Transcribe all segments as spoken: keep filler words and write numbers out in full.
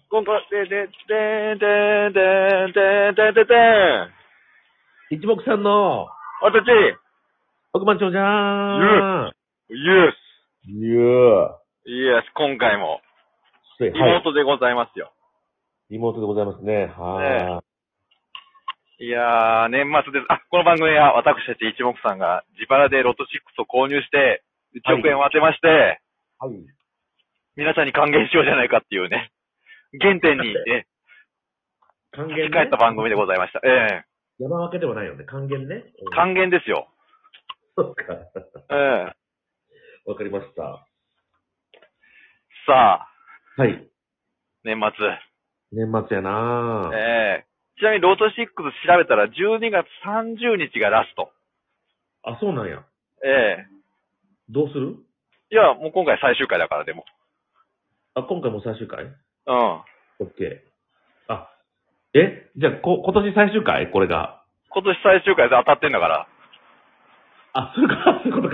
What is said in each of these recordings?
今回、で、で、で、で、で、で、で、で、で、 一目さんの、 私、 億万長者ーイエス、 イエーイエス、今回も、 イリモートでございますよ。 リモートでございますね。はーい。いやー、年末です。あ、この番組は私たち一目さんが自腹でロトシックスを購入して、いちおく円を当てまして、 ー。はい。 皆さんに還元しようじゃないかっていうね、原点に、え、 還元ね。 立ち返った番組でございました。ええ山分けではないよね。還元ね。うん還元ですよ。 そっか。 ええわかりました。 さあ、 はい。 年末。 年末やなー。 ええちなみにロトシックス調べたらじゅうにがつさんじゅうにちがラスト。 あ、そうなんや。 ええどうするいや、もう今回最終回だからでも。 あ、今回も最終回うん。 オッケー。あ、えじゃあ、こ、今年最終回これが。 今年最終回で当たってんだから。 あ、そういうか、そういうことか。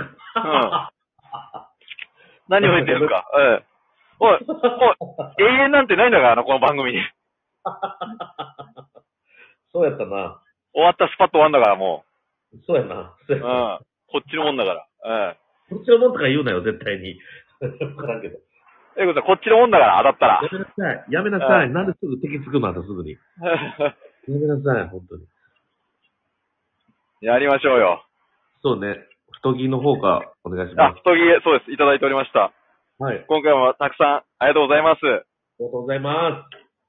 うん。何を言ってるんですか。ええおい、おい、永遠なんてないんだからな、この番組に。 そうやったな。 終わったスパッと終わんだからもそうやな。そうう。うやな。 ん。こっちのもんだから。えこっちのもんとか言うなよ、絶対に。わからんけど。 ええいことはこっちのもんだから、当たったら。 やめなさい。やめなさい。なんですぐ敵つくのあんたすぐに。やめなさい、本当に。 やりましょうよ。 そうね。太着の方からお願いしまあ、太着、そうです。いただいておりました。 す。はい。あり今回もたくさんありがとうございます。 がとうございま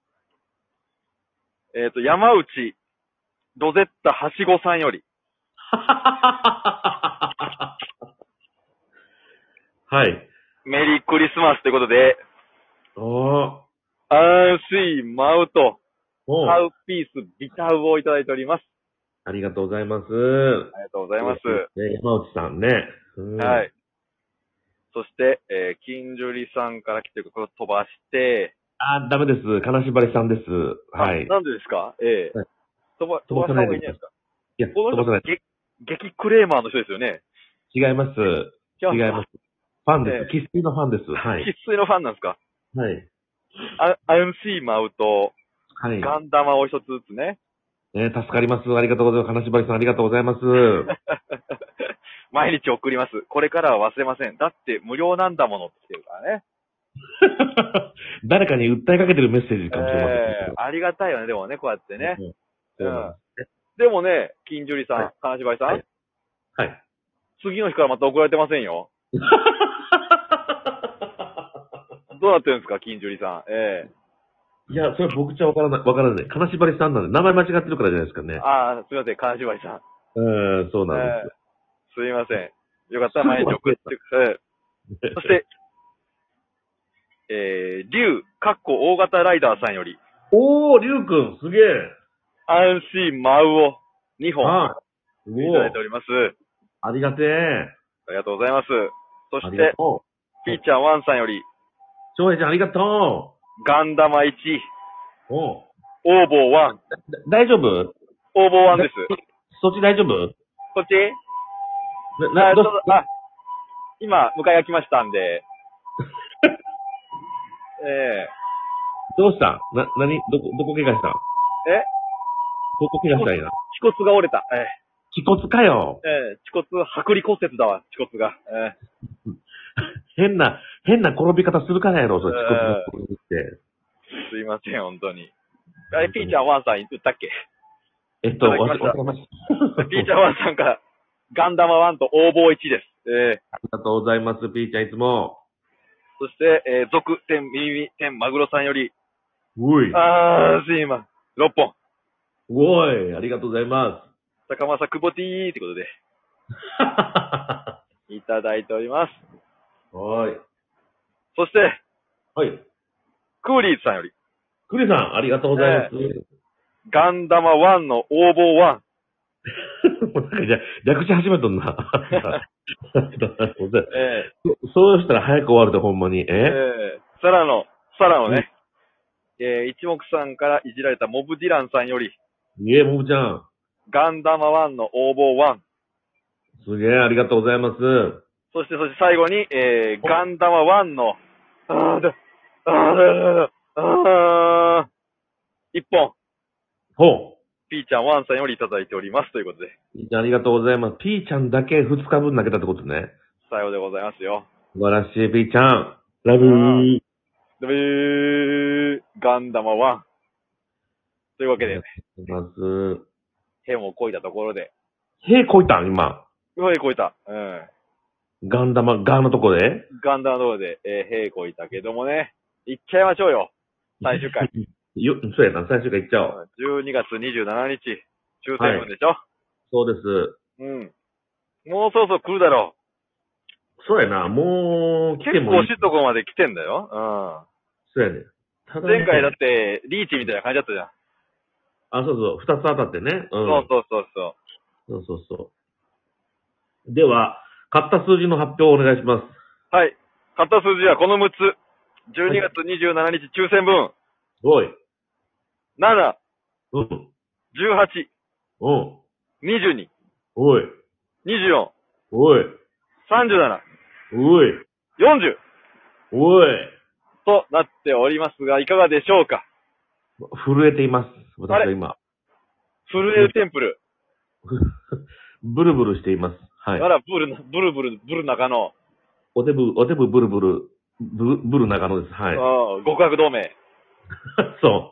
えっ、と、山内、ロゼッタはしごさんより。 す。はい。 メリークリスマスということで、 おー。 アンシーマウト、 おー。 ハウピース、ビタウをいただいております。 ありがとうございます。 ありがとうございます。 ね、山内さんね。うん、 はい。そして、えー、金樹里さんから来てるこれを飛ばして、 あ、ダメです。金縛りさんです。はい。 あ、なんでですかええはい飛ば、飛ばした方飛ばさないでがいいんじゃないですか。 いや、 この人飛ばさない。 激、激クレーマーの人ですよね。 違います。違います。ファンです。生粋のファンです。はい。 生粋のファンなんですかはい。 あアンシーマウト、 はい。 ガンダマを一つずつね。 ね、助かります。ありがとうございます。金縛りさんありがとうございます。 毎日送ります。これからは忘れません。だって無料なんだものって言ってるからね。 誰かに訴えかけてるメッセージかもしれません、 えー、ありがたいよね、でもね、こうやってね。 うんうんでもね、金樹里さん、 はい金縛りさん、 はいはい。 次の日からまた送られてませんよ。どうなってるんですか、金樹里さん。えいや、それ僕じゃわからない、わからない。金縛りさんなんで、名前間違ってるからじゃないですかねえ。ああ、すみません、金縛りさん。 うん、そうなんですよ。 えーすみません。よかったら毎日送ってください。そして、えー、竜、かっこ大型ライダーさんより、 おー、りゅうくん、すげえ。 アンシーマウをにほんはい。 いただいております。 ありがてえ。 ありがとうございます。そありがして、 とう。 ピーちゃんワンさんより、 翔平ちゃん、ありがとガンダマいち、 う。おう。 オーボーワン、 だ大丈夫オーボーワンです。 そっち大丈夫こっちな、な、どあちょうどあ、今、迎えが来ましたんで、えどうしたんな、なにどこ、どこ怪我したんー、えどこ怪我したんや恥骨が折れた。え気骨かよ。 ー、えー、恥骨、剥離骨折だわ、恥骨が。え変な、変な転び方するからやろ、それ、気骨の転びって。 ー、すいません、本当に。あれ、ピーちゃんワンさん言ったっけえっと、 いただきました忘れました。 ピーちゃんワンさんから、ガンダマワンとオーボーいちです。えー、 ありがとうございます、ピーちゃん、いつも。 そして、えー、続、天、耳、天、マグロさんより、 おい。 あー、すいません。ろっぽん。 おい、ありがとうございま高政久保ティーってことで、 す。 いただいております。 はい。 そして、 はい。 クーリーズさんより、 クリさん、ありがとうございます。 ガンダマワンのオーボーワン。 もうなんかじゃ、略し始めとんな。 えそそうしたら早く終わるで、ほんまに。 ー、ええー、さらの、さらのね、えー、一目さんからいじられたモブディランさんより、 いえ、もぶちゃん。 ガンダマワンのオーボーワン。 すげえ、ありがとうございます。 そして、そして最後に、えー、ガンダマワンの、あーだ、あーだ、あーだ、あいっぽん、 ほう。 ピーちゃんワンさんよりいただいておりますということで。 ピーちゃんありがとうございます。ピーちゃんだけふつかぶん投げたってことね。 さようでございますよ。 素晴らしい、ピーちゃん。ラブうー。 でー、ガンダマワン。というわけで、 まず、 ヘもこいたところで。 へこいたん今。 うわ、へこいた。うん。 ガンダマ、ガーのとこでガンダマのところで、えー、へこいたけどもね。行っちゃいましょうよ。最終回。 よ、そうやな、最終回行っちゃおう。 じゅうにがつにじゅうしちにち、終点分でしょ、はい、 そうです。 うん。もうそろそろ来るだろう。そうやな、もう、 来てもいい。結構しいとこまで来てんだよ。うん。 そうやね。 ただね、前回だって、リーチみたいな感じだったじゃん。 あ、そうそう、二つ当たってね。 うん。そうそうそうそう。 そうそうそう。では、買った数字の発表をお願いします。 はい。買った数字はこのむっつ。じゅうにがつにじゅうしちにち抽選分。 おい。 なな。 うん。 じゅうはち。 うん。 にじゅうに。 おい。 にじゅうよん。 おい。 さんじゅうなな。 おい。 よんじゅう。 おい。 となっておりますが、いかがでしょうか。 震えています。私は今。 震えるテンプル。 ブルブルしています。はい。 あら、ブル、ブルブル、ブル中野。 おデブ、おデブブルブル、ブブル中野です。はい。 ああ、極悪同盟。 そう。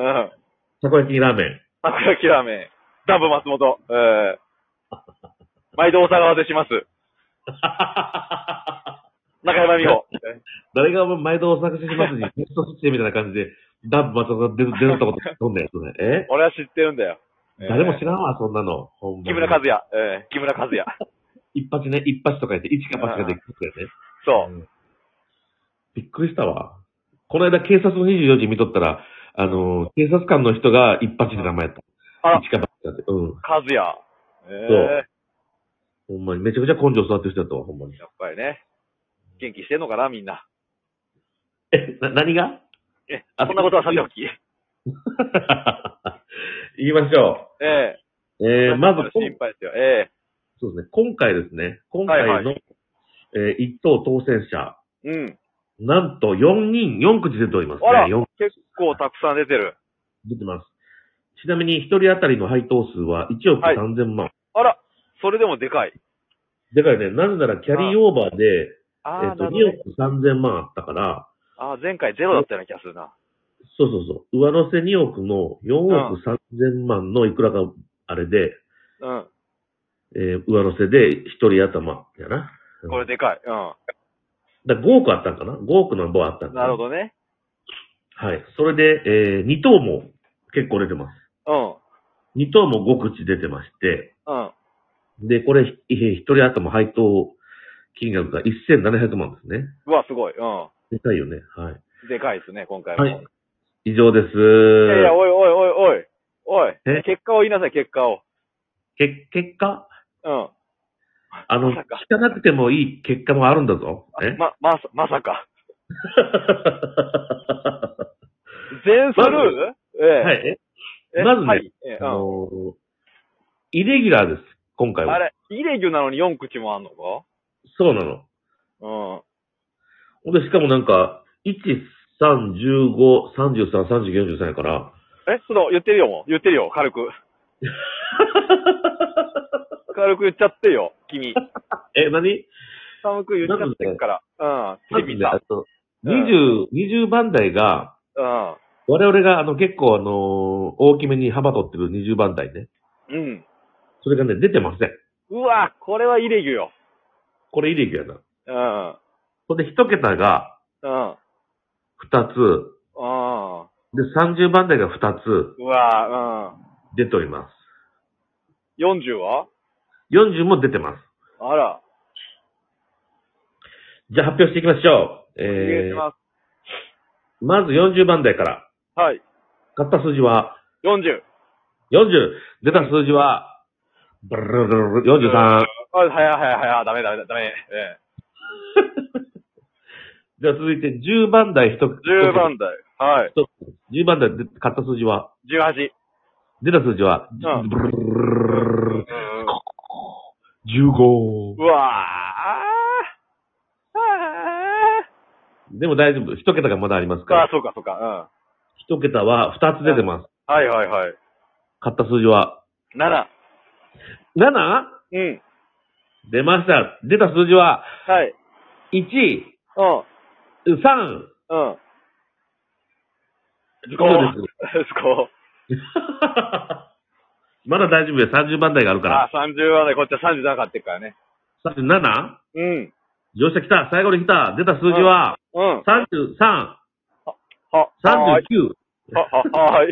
うん。 たこ焼きラーメン。 たこ焼きラーメン。ダブ松本。えー、毎度大阪でします。中山美穂。 誰が毎度大阪しますに、テストスチみたいな感じで、ダブ松本出る、出るとこと飛んだやつね。え俺は知ってるんだよ。 誰も知らんわ、そんなの。 ほんま木村和也。えー、木村和也。 一発ね、一発とか言って、一か八かで聞くやね。 そう、 うん。びっくりしたわ。この間警察のにじゅうよじ見とったら、あのー、警察官の人が一発で名前やった。 あ、 一か八かで。うん。 和也。えー、 そう。ほんまに、めちゃくちゃ根性育ってる人だったわ、ほんまに。 やっぱりね。元気してんのかな、みんな。 え、な、何がえ、そんなことはさておき。 言いましょう。ええー、えー、まず、 心配ですよ。ええー。 そうですね。今回ですね。今回の、はいはい、えー、一等当選者。 うん。 なんとよんにん、よん口出ておりますね。 あら、結構たくさん出てる。 出てます。ちなみに、一人当たりの配当数はいちおくさんぜんまん。はい、 あら、それでもでかい。 でかいね。なぜなら、キャリーオーバーで、 あえっ、ー、と、におくさんぜんまんあったから。 ああ、前回ゼロだったような気がするな。 そうそうそう。上乗せにおくのよんおくさんぜんまんのいくらか、あれで、 うん。 えー、上乗せで一人頭やな。 うん、これでかい。うん。 だごおくあったんかな ?ご 億の棒あったんかな。 なるほどね。 はい。それで、えー、に等も結構出てます。 うん。に等もご口出てまして、 うん。 で、これ、一人頭配当金額がせんななひゃくまんですね。 うわ、すごい。うん。 でかいよね。はい。 でかいですね、今回も。 はい。以上です。いやいや、おいおいおいおい。おい。え結果を言いなさい、結果を。 け、結果うん。 あの、ま、聞かなくてもいい結果もあるんだぞ。えま、ま、まさか。全スルー、ええ、 はい。えまずね、 はいええ、 あのー、イレギュラーです、今回は。 あれ、イレギュなのによん口もあんのか？ そうなの。 うん。 で、しかもなんか、いち、さん、じゅうご、さんじゅうさん、さんじゅうよん、よんじゅうさんやから。 え、ちょっと言ってるよ、もう。言ってるよ、軽く。軽く言っちゃってよ、君。 え、何？ 寒く言っちゃってるから。うん。 まずね、あと、にじゅう、にじゅうばん台が、 うん。 我々が、あの、結構、あのー、大きめに幅取ってるにじゅうばん台ね。 うん。 それがね、出てません。 うわ、これはイレギュよ。 これイレギュやな。 うん。 ほんで、一桁が、 うん。 二つ。 うん。 で、さんじゅうばん台が二つ。 うわ、うん。 出ております。 よんじゅうは？ よんじゅう も出てます。 あら。 じゃあ発表していきましょう。えー、 お願いします。 まずよんじゅうばん台から。 はい。 買った数字はよんじゅう。 よんじゅう。出た数字は、ブルルルルルよんじゅうさん。 あ、はいはいはいはい。ダメダメダメ。ええ。 じゃあ続いてじゅうばん台一つ。 じゅうばん台。はい。 じゅうばん台で買った数字はじゅうはち。 出た数字は、 うん、 ブルルルルルじゅうご。 うわー。 でも大丈夫。一桁がまだありますから。 あ、そうかそうか。 一桁は二つ出てます。 はいはいはい。 買った数字は。 なな。 なな? うん。 出ました。出た数字は、 はい。 いち、 うん。 さん。 うん。 以上です。 すごい。 まだ大丈夫です。さんじゅうばん台があるから。 あ、さんじゅうばん台、こっちはさんじゅうなな買ってるからね。 さんじゅうなな? うん。 よっしゃ、来た。最後に来た。出た数字は、 うん。 さんじゅうさん。 は、 さんじゅうきゅう。 は、は、はい。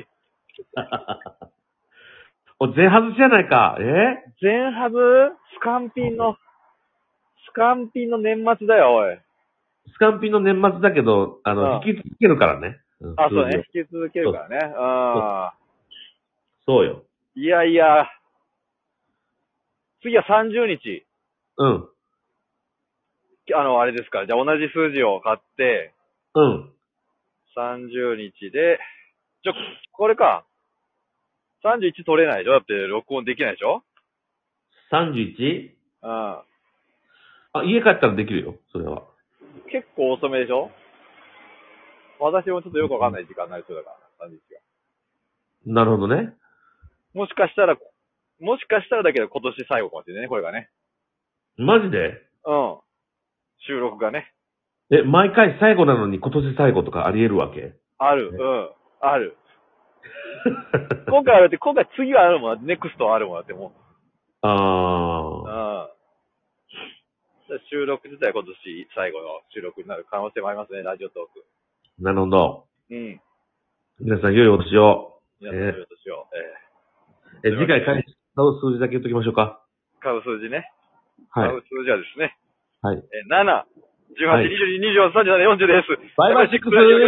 お、全外しじゃないか。え全外スカンピンの、スカンピンの年末だよ、おい。 スカンピンの年末だけど、あの、 うん引き続けるからね。 うん、あ、そうね。引き続けるからね。ああ。 そうよ。 いやいや。次はさんじゅうにち。 うん。 あの、あれですから。じゃあ同じ数字を買って、 うん。 さんじゅうにちで、ちょ、これか。さんじゅういち取れないでしょ？だって録音できないでしょ？ さんじゅういち? うん。 あ、家帰ったらできるよ、それは。 結構遅めでしょ？私もちょっとよくわかんない時間になりそうだから、さんじゅういちが。 なるほどね。 もしかしたら、もしかしたらだけど今年最後かもしれないね、これがね。 マジで？ うん。収録がね。 え、毎回最後なのに今年最後とかあり得るわけ？ ある、うん。ある。今回あるって、今回次はあるもん、ネクストあるもんだってもう。 ああ。 うん。収録自体今年最後の収録になる可能性もありますね、ラジオトーク。 なるほど。 うん。 皆さん良いお年を。 皆さん良いお年を。 えー、え、次回買う数字だけ言っときましょうか。 買う数字ね。 はい。 買う数字はですね。 はい。 えー、なな、じゅうはち、にじゅうに、にじゅうよん、さんじゅうなな、よんじゅうです。 バイバイシックス